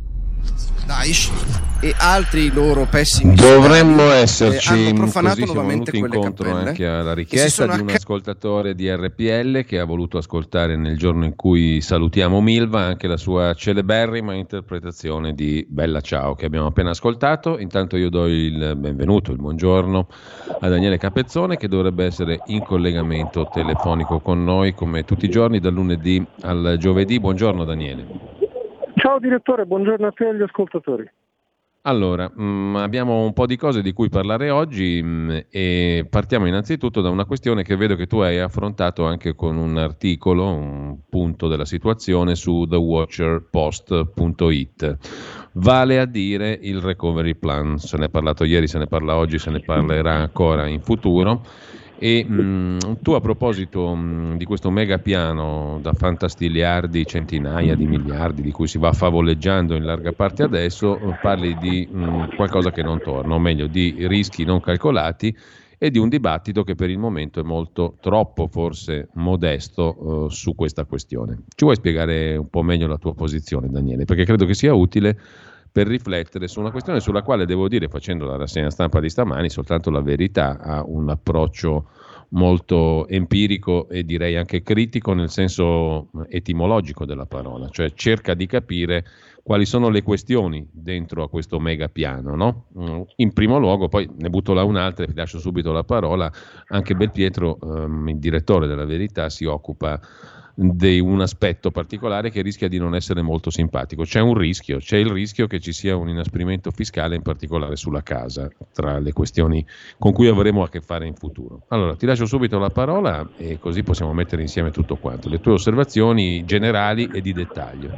Daesh e altri loro pessimi dovremmo stati, esserci eh, hanno profanato così, nuovamente siamo venuti quelle incontro cappelle anche alla richiesta di un acc- ascoltatore di R P L che ha voluto ascoltare nel giorno in cui salutiamo Milva anche la sua celeberrima interpretazione di Bella Ciao che abbiamo appena ascoltato. Intanto io do il benvenuto, il buongiorno a Daniele Capezzone che dovrebbe essere in collegamento telefonico con noi come tutti i giorni dal lunedì al giovedì. Buongiorno Daniele. Ciao direttore, buongiorno a te e agli ascoltatori. Allora, mh, abbiamo un po' di cose di cui parlare oggi mh, e partiamo innanzitutto da una questione che vedo che tu hai affrontato anche con un articolo, un punto della situazione su the watcher post punto it, vale a dire il recovery plan. Se ne è parlato ieri, se ne parla oggi, se ne parlerà ancora in futuro. E mh, tu a proposito mh, di questo mega piano da fantastiliardi, centinaia di miliardi di cui si va favoleggiando in larga parte adesso, parli di mh, qualcosa che non torna, o meglio di rischi non calcolati e di un dibattito che per il momento è molto troppo forse modesto uh, su questa questione. Ci vuoi spiegare un po' meglio la tua posizione, Daniele? Perché credo che sia utile per riflettere su una questione sulla quale, devo dire, facendo la rassegna stampa di stamani, soltanto La Verità ha un approccio molto empirico e direi anche critico nel senso etimologico della parola, cioè cerca di capire quali sono le questioni dentro a questo mega piano, no? In primo luogo, poi ne butto là un'altra e vi lascio subito la parola, anche Belpietro, ehm, il direttore della Verità, si occupa di un aspetto particolare che rischia di non essere molto simpatico. C'è un rischio, c'è il rischio che ci sia un inasprimento fiscale, in particolare sulla casa, tra le questioni con cui avremo a che fare in futuro. Allora, ti lascio subito la parola e così possiamo mettere insieme tutto quanto, le tue osservazioni generali e di dettaglio.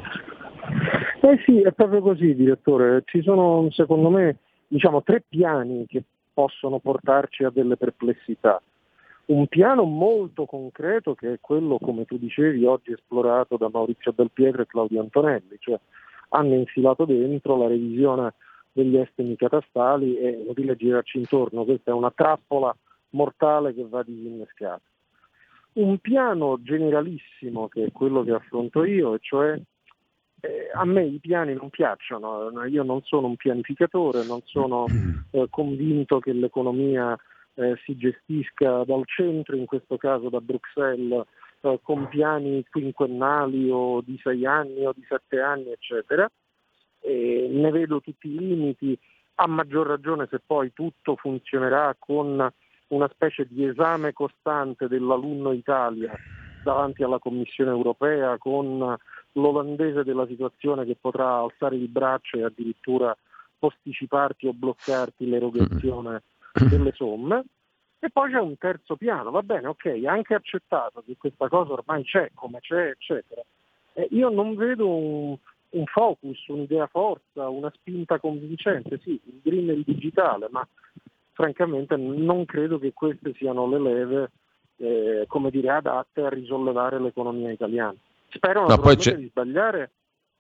Eh sì, è proprio così, direttore. Ci sono, secondo me, diciamo, tre piani che possono portarci a delle perplessità. Un piano molto concreto che è quello, come tu dicevi, oggi esplorato da Maurizio Belpietro e Claudio Antonelli, cioè hanno infilato dentro la revisione degli estimi catastali e è inutile girarci intorno, questa è una trappola mortale che va disinnescata. Un piano generalissimo che è quello che affronto io, e cioè eh, a me i piani non piacciono, io non sono un pianificatore, non sono eh, convinto che l'economia Eh, si gestisca dal centro, in questo caso da Bruxelles, eh, con piani quinquennali o di sei anni o di sette anni, eccetera. E ne vedo tutti i limiti, a maggior ragione se poi tutto funzionerà con una specie di esame costante dell'alunno Italia davanti alla Commissione europea, con l'olandese della situazione che potrà alzare il braccio e addirittura posticiparti o bloccarti l'erogazione delle somme. E poi c'è un terzo piano, va bene, ok, anche accettato che questa cosa ormai c'è, come c'è, eccetera. Eh, io non vedo un, un focus, un'idea forza, una spinta convincente, sì, il green e il digitale, ma francamente non credo che queste siano le leve, eh, come dire, adatte a risollevare l'economia italiana. Spero naturalmente di sbagliare.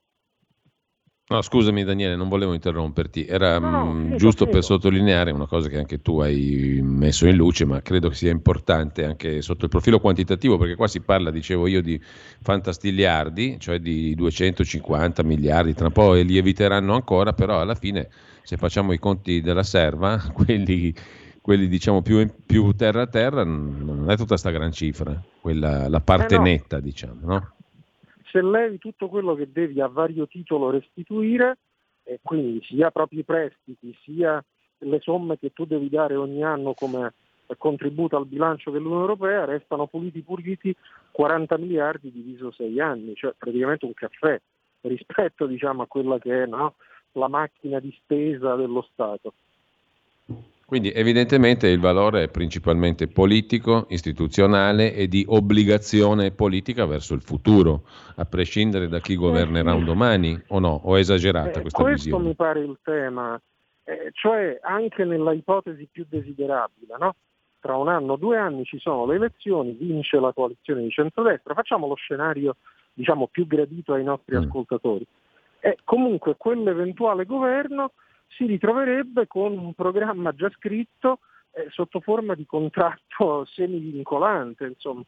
No, scusami Daniele, non volevo interromperti, era no, no, mh, prego, giusto prego. per sottolineare una cosa che anche tu hai messo in luce, ma credo che sia importante anche sotto il profilo quantitativo, perché qua si parla, dicevo io, di fantastiliardi, cioè di duecentocinquanta miliardi, tra un po' e lieviteranno ancora, però alla fine se facciamo i conti della serva, quelli, quelli diciamo più, più terra a terra, non è tutta sta gran cifra, quella, la parte Eh no. netta diciamo, no? Se levi tutto quello che devi a vario titolo restituire, e quindi sia propri prestiti, sia le somme che tu devi dare ogni anno come contributo al bilancio dell'Unione Europea, restano puliti puliti quaranta miliardi diviso sei anni, cioè praticamente un caffè rispetto, diciamo, a quella che è, no, la macchina di spesa dello Stato. Quindi evidentemente il valore è principalmente politico, istituzionale e di obbligazione politica verso il futuro, a prescindere da chi governerà un domani, o no? O è esagerata Eh, questa questo visione? mi pare il tema, eh, cioè anche nella ipotesi più desiderabile, no? Tra un anno o due anni ci sono le elezioni, vince la coalizione di centrodestra, facciamo lo scenario, diciamo, più gradito ai nostri Mm. ascoltatori. E comunque quell'eventuale governo si ritroverebbe con un programma già scritto eh, sotto forma di contratto semi-vincolante, insomma,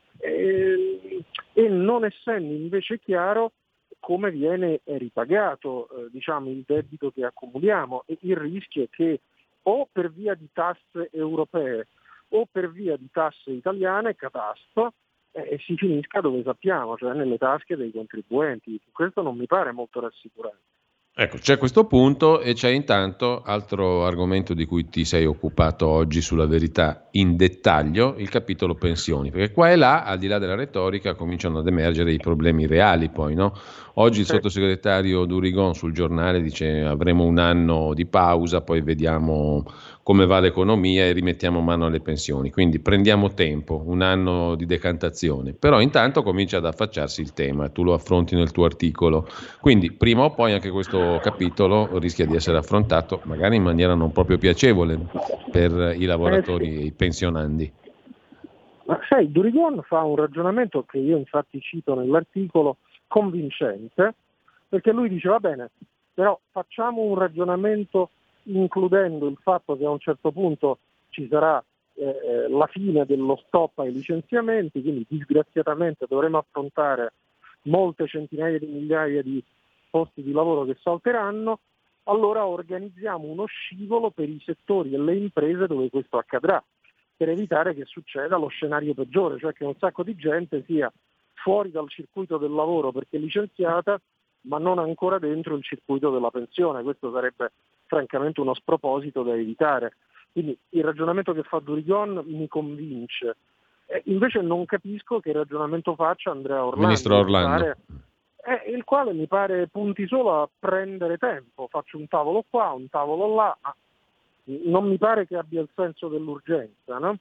e, e non essendo invece chiaro come viene ripagato eh, diciamo, il debito che accumuliamo, e il rischio è che o per via di tasse europee o per via di tasse italiane, catasto, eh, si finisca dove sappiamo, cioè nelle tasche dei contribuenti. Questo non mi pare molto rassicurante. Ecco, c'è questo punto e c'è intanto altro argomento di cui ti sei occupato oggi sulla Verità in dettaglio, il capitolo pensioni, perché qua e là, al di là della retorica, cominciano ad emergere i problemi reali poi, no? Oggi il sottosegretario Durigon sul giornale dice avremo un anno di pausa, poi vediamo come va l'economia e rimettiamo mano alle pensioni, quindi prendiamo tempo, un anno di decantazione, però intanto comincia ad affacciarsi il tema, tu lo affronti nel tuo articolo, quindi prima o poi anche questo capitolo rischia di essere affrontato magari in maniera non proprio piacevole per i lavoratori eh sì. e i pensionandi. Ma sai, Durigon fa un ragionamento che io infatti cito nell'articolo convincente, perché lui dice va bene, però facciamo un ragionamento includendo il fatto che a un certo punto ci sarà eh, la fine dello stop ai licenziamenti, quindi disgraziatamente dovremo affrontare molte centinaia di migliaia di posti di lavoro che salteranno, allora organizziamo uno scivolo per i settori e le imprese dove questo accadrà, per evitare che succeda lo scenario peggiore, cioè che un sacco di gente sia fuori dal circuito del lavoro perché licenziata, ma non ancora dentro il circuito della pensione. Questo sarebbe francamente uno sproposito da evitare. Quindi il ragionamento che fa Durigon mi convince. E invece non capisco che ragionamento faccia Andrea Orlando. Ministro Orlando. Pare, eh, il quale mi pare punti solo a prendere tempo. Faccio un tavolo qua, un tavolo là, ma non mi pare che abbia il senso dell'urgenza, no?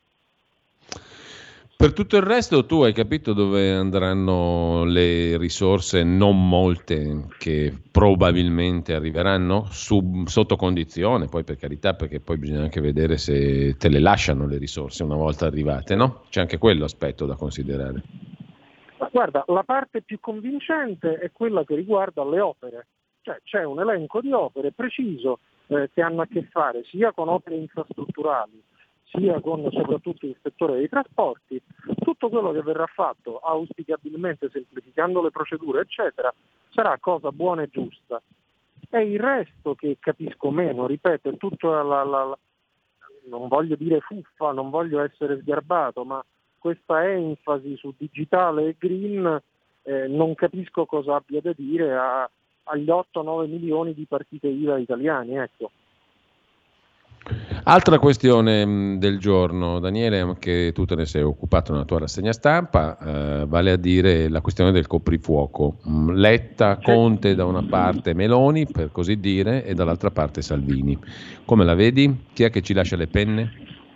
Per tutto il resto tu hai capito dove andranno le risorse non molte che probabilmente arriveranno? Su, sotto condizione, poi per carità, perché poi bisogna anche vedere se te le lasciano le risorse una volta arrivate, no? C'è anche quello aspetto da considerare. Ma guarda, la parte più convincente è quella che riguarda le opere, cioè c'è un elenco di opere preciso eh, che hanno a che fare sia con opere infrastrutturali, sia con soprattutto il settore dei trasporti. Tutto quello che verrà fatto, auspicabilmente semplificando le procedure, eccetera, sarà cosa buona e giusta. È il resto che capisco meno, ripeto, è tutto la, la, la, non voglio dire fuffa, non voglio essere sgarbato, ma questa enfasi su digitale e green eh, non capisco cosa abbia da dire a, agli otto nove milioni di partite I V A italiani, ecco. Altra questione mh, del giorno, Daniele, che tu te ne sei occupato nella tua rassegna stampa, eh, vale a dire la questione del coprifuoco. Mh, Letta, Conte da una parte, Meloni per così dire, e dall'altra parte Salvini. Come la vedi? Chi è che ci lascia le penne?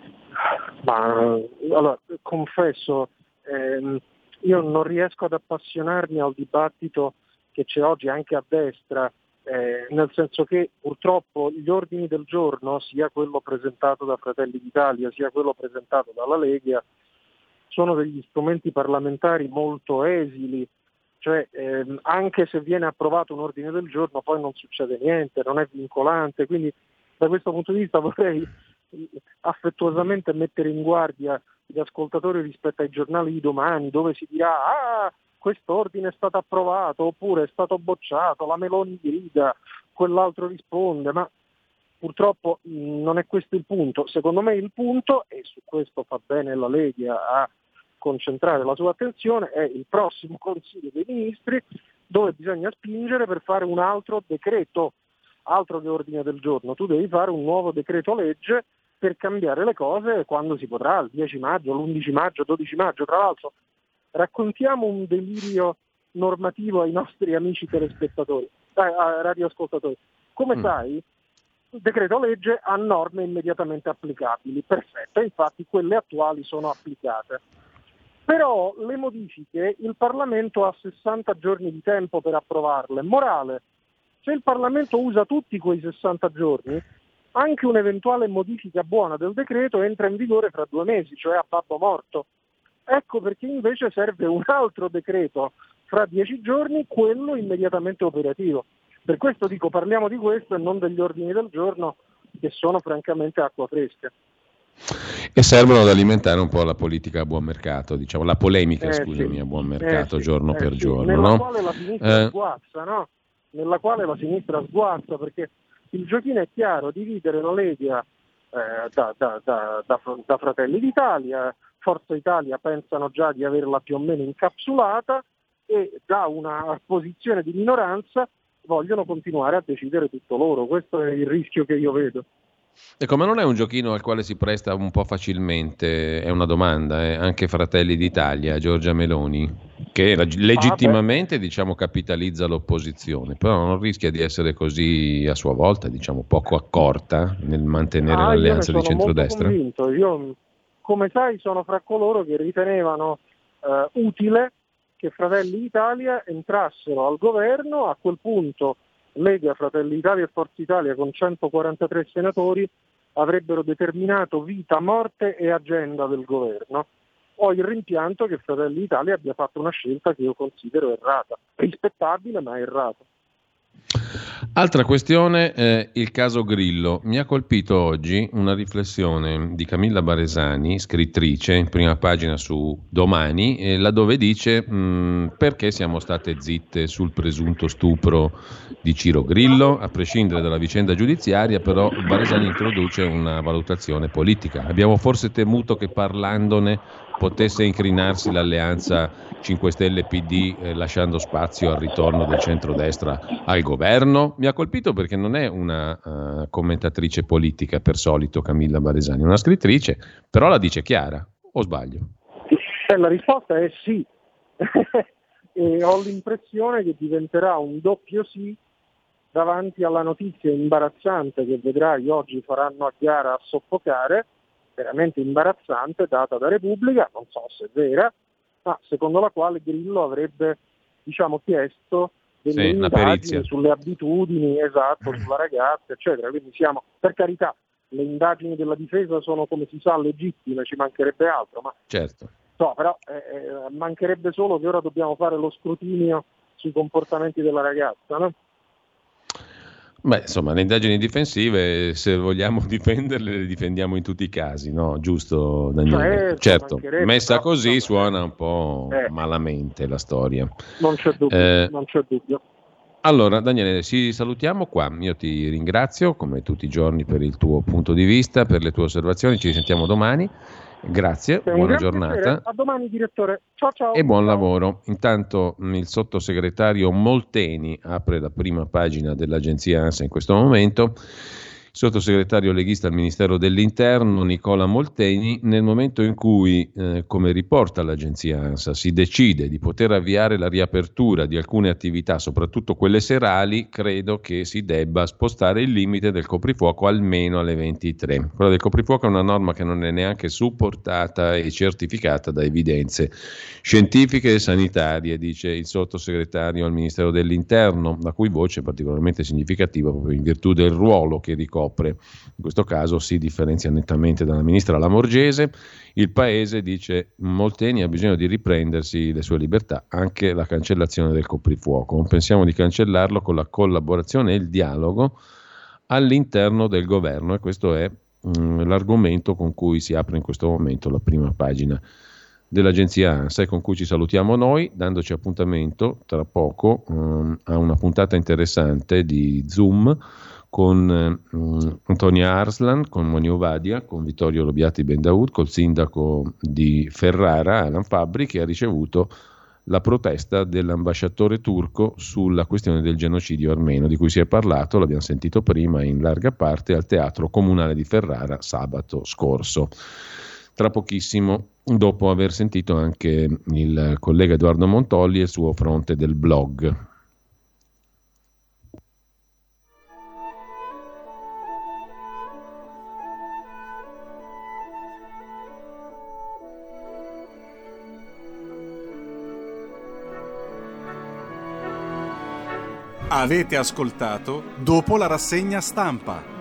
Ma allora, confesso, ehm, io non riesco ad appassionarmi al dibattito che c'è oggi anche a destra, Eh, nel senso che purtroppo gli ordini del giorno, sia quello presentato da Fratelli d'Italia sia quello presentato dalla Lega, sono degli strumenti parlamentari molto esili, cioè ehm, anche se viene approvato un ordine del giorno poi non succede niente, non è vincolante, quindi da questo punto di vista vorrei affettuosamente mettere in guardia gli ascoltatori rispetto ai giornali di domani dove si dirà ah quest'ordine è stato approvato oppure è stato bocciato, la Meloni grida, quell'altro risponde, ma purtroppo mh, non è questo il punto. Secondo me il punto, e su questo fa bene la Lega a concentrare la sua attenzione, è il prossimo Consiglio dei Ministri dove bisogna spingere per fare un altro decreto, altro che ordine del giorno. Tu devi fare un nuovo decreto legge per cambiare le cose quando si potrà, il dieci maggio, l'undici maggio, dodici maggio, tra l'altro. Raccontiamo un delirio normativo ai nostri amici telespettatori, eh, radioascoltatori. Come mm. sai, il decreto legge ha norme immediatamente applicabili, perfetto, infatti quelle attuali sono applicate. Però le modifiche il Parlamento ha sessanta giorni di tempo per approvarle. Morale, se il Parlamento usa tutti quei sessanta giorni, anche un'eventuale modifica buona del decreto entra in vigore fra due mesi, cioè a babbo morto. Ecco perché invece serve un altro decreto fra dieci giorni, quello immediatamente operativo. Per questo dico, parliamo di questo e non degli ordini del giorno che sono francamente acqua fresca. E servono ad alimentare un po' la politica a buon mercato, diciamo, la polemica, Eh, scusami, sì. a buon mercato Eh, sì, giorno eh, per sì. giorno, Nella no? quale la sinistra Eh, sguazza, no? Nella quale la sinistra sguazza, perché il giochino è chiaro: dividere la Lega eh, da, da, da, da, da Fratelli d'Italia. Forza Italia pensano già di averla più o meno incapsulata e da una posizione di minoranza vogliono continuare a decidere tutto loro. Questo è il rischio che io vedo. Ecco, ma non è un giochino al quale si presta un po' facilmente, è una domanda, eh, anche Fratelli d'Italia, Giorgia Meloni, che leg- legittimamente diciamo, capitalizza l'opposizione, però non rischia di essere così a sua volta, diciamo, poco accorta nel mantenere Ah, l'alleanza io di ne sono molto centrodestra? convinto. Io, come sai, sono fra coloro che ritenevano eh, utile che Fratelli d'Italia entrassero al governo. A quel punto Lega, Fratelli d'Italia e Forza Italia con centoquarantatré senatori avrebbero determinato vita, morte e agenda del governo. Ho il rimpianto che Fratelli d'Italia abbia fatto una scelta che io considero errata, rispettabile ma errata. Altra questione, eh, il caso Grillo. Mi ha colpito oggi una riflessione di Camilla Baresani, scrittrice, in prima pagina su Domani, eh, laddove dice mh, perché siamo state zitte sul presunto stupro di Ciro Grillo. A prescindere dalla vicenda giudiziaria, però, Baresani introduce una valutazione politica. Abbiamo forse temuto che parlandone potesse incrinarsi l'alleanza cinque Stelle P D, eh, lasciando spazio al ritorno del centrodestra al governo. Mi ha colpito perché non è una uh, commentatrice politica per solito Camilla Baresani, è una scrittrice, però la dice chiara, o sbaglio? Eh, la risposta è sì. E ho l'impressione che diventerà un doppio sì davanti alla notizia imbarazzante che vedrai oggi faranno a gara a soffocare, veramente imbarazzante, data da Repubblica, non so se è vera, ma secondo la quale Grillo avrebbe, diciamo, chiesto delle Sì, una indagini perizia. sulle abitudini, esatto, sulla ragazza, eccetera. Quindi siamo, per carità, le indagini della difesa sono, come si sa, legittime, ci mancherebbe altro, ma Certo. so, però eh, eh, mancherebbe solo che ora dobbiamo fare lo scrutinio sui comportamenti della ragazza, no? Beh, insomma, le indagini difensive, se vogliamo difenderle, le difendiamo in tutti i casi, no? Giusto, Daniele? Certo, Certo, mancherebbe, messa però, così insomma, suona un po' eh. malamente la storia. Non c'è dubbio, Eh, non c'è dubbio. Allora, Daniele, ci salutiamo qua. Io ti ringrazio, come tutti i giorni, per il tuo punto di vista, per le tue osservazioni. Ci risentiamo domani. Grazie, È un buona gran giornata. piacere. A domani, direttore. Ciao ciao. E buon Ciao. lavoro. Intanto mh, il sottosegretario Molteni apre la prima pagina dell'agenzia ANSA in questo momento. Il sottosegretario leghista al Ministero dell'Interno, Nicola Molteni, nel momento in cui, eh, come riporta l'agenzia ANSA, si decide di poter avviare la riapertura di alcune attività, soprattutto quelle serali, credo che si debba spostare il limite del coprifuoco almeno alle ventitré. Quella del coprifuoco è una norma che non è neanche supportata e certificata da evidenze scientifiche e sanitarie, dice il sottosegretario al Ministero dell'Interno, la cui voce è particolarmente significativa proprio in virtù del ruolo che ricopre. In questo caso si differenzia nettamente dalla ministra Lamorgese. Il paese, dice Molteni, ha bisogno di riprendersi le sue libertà, anche la cancellazione del coprifuoco. Non pensiamo di cancellarlo con la collaborazione e il dialogo all'interno del governo, e questo è mh, l'argomento con cui si apre in questo momento la prima pagina dell'agenzia ANSA, e con cui ci salutiamo noi, dandoci appuntamento tra poco um, a una puntata interessante di Zoom con um, Antonia Arslan, con Moni Ovadia, con Vittorio Robiati Bendaud, col sindaco di Ferrara, Alan Fabbri, che ha ricevuto la protesta dell'ambasciatore turco sulla questione del genocidio armeno, di cui si è parlato, l'abbiamo sentito prima, in larga parte al Teatro Comunale di Ferrara sabato scorso. Tra pochissimo, dopo aver sentito anche il collega Edoardo Montolli e il suo fronte del blog. Avete ascoltato Dopo la rassegna stampa,